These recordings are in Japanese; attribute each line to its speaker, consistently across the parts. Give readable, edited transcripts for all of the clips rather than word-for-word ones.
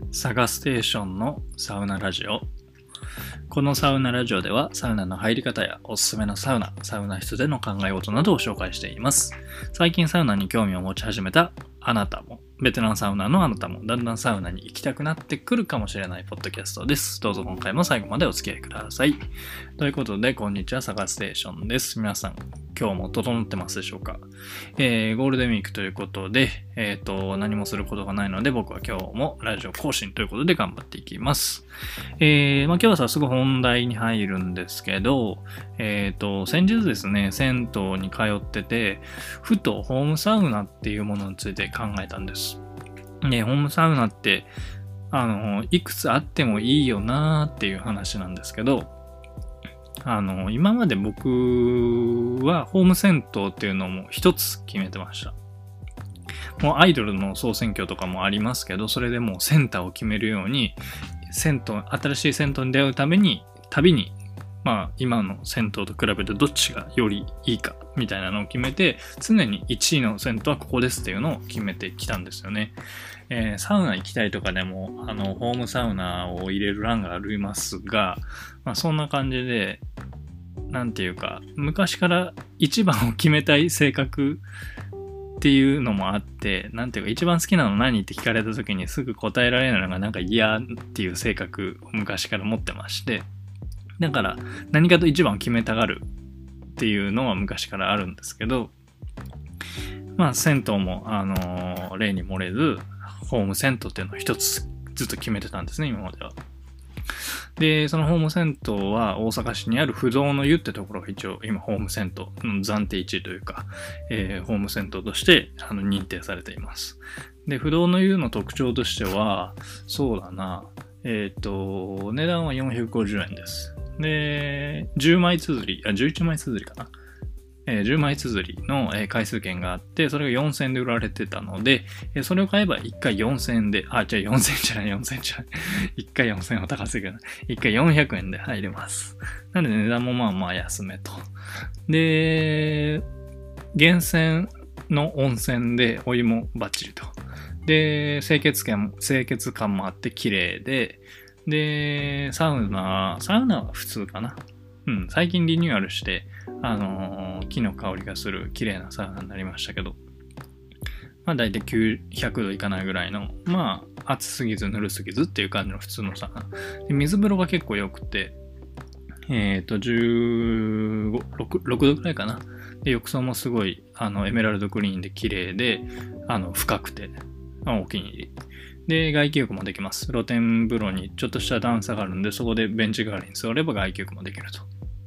Speaker 1: サガステーションのサウナラジオ。このサウナラジオではサウナの入り方やおすすめのサウナ室での考え事などを紹介しています。最近サウナに興味を持ち始めたあなたも、ベテランサウナーのあなたも、だんだんサウナに行きたくなってくるかもしれないポッドキャストです。どうぞ今回も最後までお付き合いください。ということで、こんにちは、サガステーションです。皆さん、今日も整ってますでしょうか。ゴールデンウィークということで、何もすることがないので、僕は今日もラジオ更新ということで頑張っていきます。今日は早速本題に入るんですけど、先日ですね、銭湯に通ってて、ふとホームサウナっていうものについて考えたんです。で、ホームサウナって、いくつあってもいいよなーっていう話なんですけど、今まで僕はホーム銭湯っていうのをもう一つ決めてました。もうアイドルの総選挙とかもありますけど、それでもうセンターを決めるように、新しい銭湯に出会う旅に、今の銭湯と比べてどっちがよりいいかみたいなのを決めて、常に1位の銭湯はここですっていうのを決めてきたんですよね。サウナ行きたいとかでも、ホームサウナを入れる欄がありますが、そんな感じで、なんていうか、昔から一番を決めたい性格っていうのもあって、なんていうか、一番好きなの何って聞かれた時にすぐ答えられないのがなんか嫌っていう性格を昔から持ってまして、だから何かと一番を決めたがるっていうのは昔からあるんですけど、銭湯も、例に漏れず、ホーム銭湯っていうのを一つずっと決めてたんですね、今までは。で、そのホーム銭湯は大阪市にある不動の湯ってところが一応今ホーム銭湯の暫定1位というか、ホーム銭湯として認定されています。で、不動の湯の特徴としては、そうだな、値段は450円です。で、10枚綴り、11枚綴りかな。10枚綴りの回数券があって、それが4000円で売られてたので、それを買えば1回4000円で、4000円じゃない。1回4000円は高すぎるな。1回400円で入れます。なので値段もまあまあ安めと。で、源泉の温泉でお湯もバッチリと。で、清潔感もあって綺麗で、サウナは普通かな。最近リニューアルして、木の香りがする綺麗なサウナになりましたけど、だいたい900度いかないぐらいの、暑すぎずぬるすぎずっていう感じの普通のサウナ。で、水風呂が結構良くて、6度くらいかな。で、浴槽もすごい、エメラルドグリーンで綺麗で、深くて、お気に入り。で、外気浴もできます。露天風呂にちょっとした段差があるんで、そこでベンチ代わりに座れば外気浴もできると。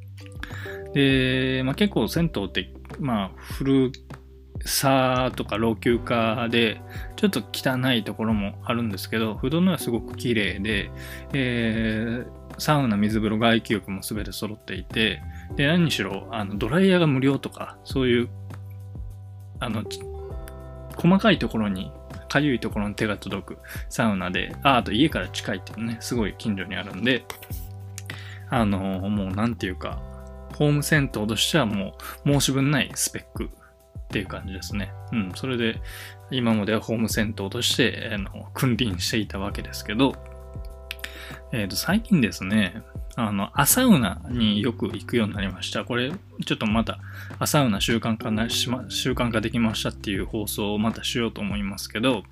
Speaker 1: で、結構銭湯って、古さとか老朽化で、ちょっと汚いところもあるんですけど、不動のはすごく綺麗で、サウナ、水風呂、外気浴も全て揃っていて、で、何にしろ、ドライヤーが無料とか、そういう、細かいところに、かゆいところに手が届くサウナで、あと家から近いっていうのね、すごい近所にあるんで、もうなんていうか、ホーム銭湯としてはもう申し分ないスペックっていう感じですね。それで今まではホーム銭湯として君臨していたわけですけど、最近ですね、朝サウナによく行くようになりました。これ、ちょっとまた、朝サウナ習慣化できましたっていう放送をまたしようと思いますけど、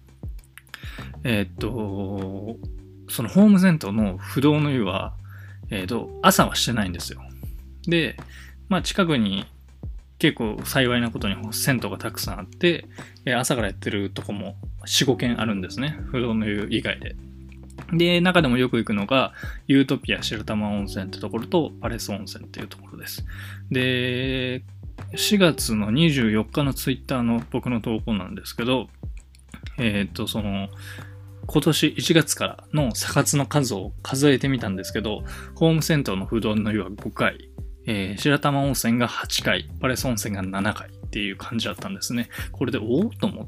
Speaker 1: そのホーム銭湯の不動の湯は、朝はしてないんですよ。で、近くに結構幸いなことに銭湯がたくさんあって、朝からやってるとこも4、5軒あるんですね。不動の湯以外で。で、中でもよく行くのが、ユートピア白玉温泉ってところと、パレス温泉っていうところです。で、4月の24日のツイッターの僕の投稿なんですけど、今年1月からの査活の数を数えてみたんですけど、ホーム銭湯の不動の湯は5回、白玉温泉が8回、パレス温泉が7回っていう感じだったんですね。これでおーと思って、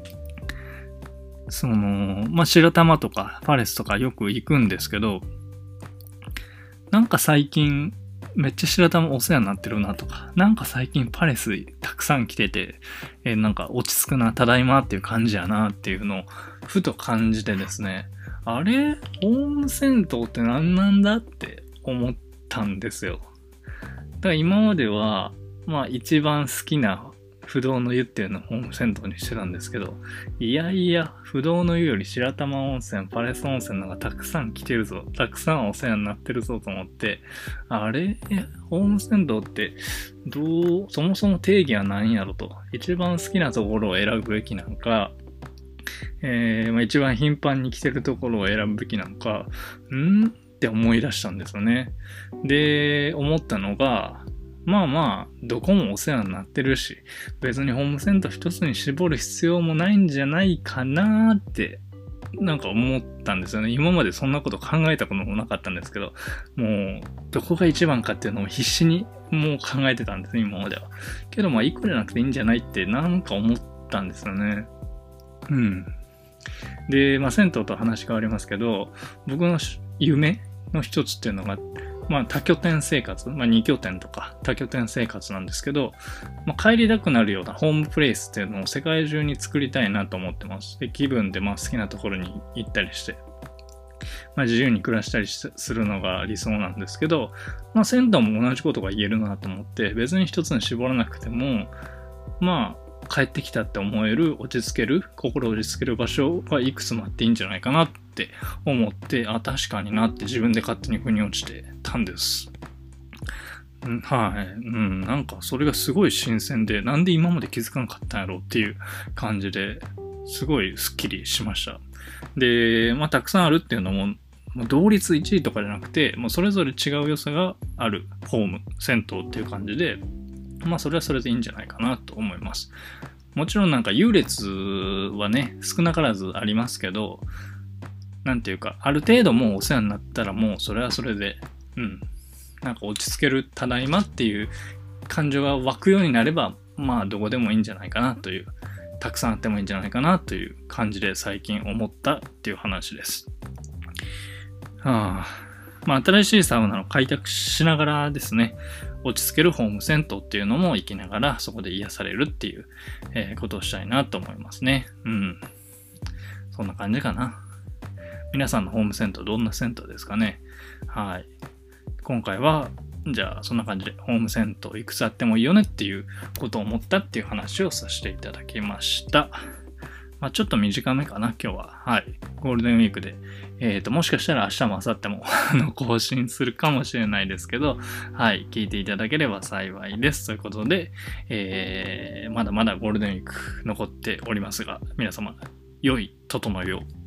Speaker 1: 白玉とかパレスとかよく行くんですけど、なんか最近めっちゃ白玉お世話になってるなとか、なんか最近パレスたくさん来てて、なんか落ち着くな、ただいまっていう感じやなっていうのをふと感じてですね、 あれホーム銭湯って何なんだって思ったんですよ。だから今までは、まあ一番好きな不動の湯っていうのをホーム銭湯にしてたんですけど、いやいや、不動の湯より白玉温泉、パレス温泉のがたくさん来てるぞ、たくさんお世話になってるぞと思って、あれホーム銭湯ってそもそも定義は何やろと、一番好きなところを選ぶべきなのか、一番頻繁に来てるところを選ぶべきなのか、って思い出したんですよね。で、思ったのが、まあ、どこもお世話になってるし、別にホームセンター一つに絞る必要もないんじゃないかなって、なんか思ったんですよね。今までそんなこと考えたこともなかったんですけど、もう、どこが一番かっていうのを必死にもう考えてたんですね、今までは。けど、一個じゃなくていいんじゃないってなんか思ったんですよね。で、銭湯と話変わりますけど、僕の夢の一つっていうのが、多拠点生活、2拠点とか多拠点生活なんですけど、帰りたくなるようなホームプレイスっていうのを世界中に作りたいなと思ってます。で、気分で好きなところに行ったりして、自由に暮らしたりするのが理想なんですけど、銭湯も同じことが言えるなと思って、別に一つに絞らなくても、帰ってきたって思える、心を落ち着ける場所がいくつもあっていいんじゃないかなって思って、確かになって自分で勝手に腑に落ちてたんです。なんかそれがすごい新鮮で、なんで今まで気づかなかったんやろうっていう感じで、すごいスッキリしました。で、たくさんあるっていうのも、同率1位とかじゃなくて、それぞれ違う良さがあるホーム、銭湯っていう感じで、それはそれでいいんじゃないかなと思います。もちろんなんか優劣はね、少なからずありますけど、なんていうか、ある程度もうお世話になったらもうそれはそれで、なんか落ち着けるただいまっていう感情が湧くようになれば、どこでもいいんじゃないかなという、たくさんあってもいいんじゃないかなという感じで最近思ったっていう話です。新しいサウナの開拓しながらですね、落ち着けるホーム銭湯っていうのも行きながらそこで癒されるっていう、ことをしたいなと思いますね。そんな感じかな。皆さんのホーム銭湯どんな銭湯ですかね。はい。今回は、じゃあそんな感じでホーム銭湯いくつあってもいいよねっていうことを思ったっていう話をさせていただきました。ちょっと短めかな、今日は。はい。ゴールデンウィークで。もしかしたら明日も明後日も更新するかもしれないですけど、はい。聞いていただければ幸いです。ということで、まだまだゴールデンウィーク残っておりますが、皆様、良い整いを。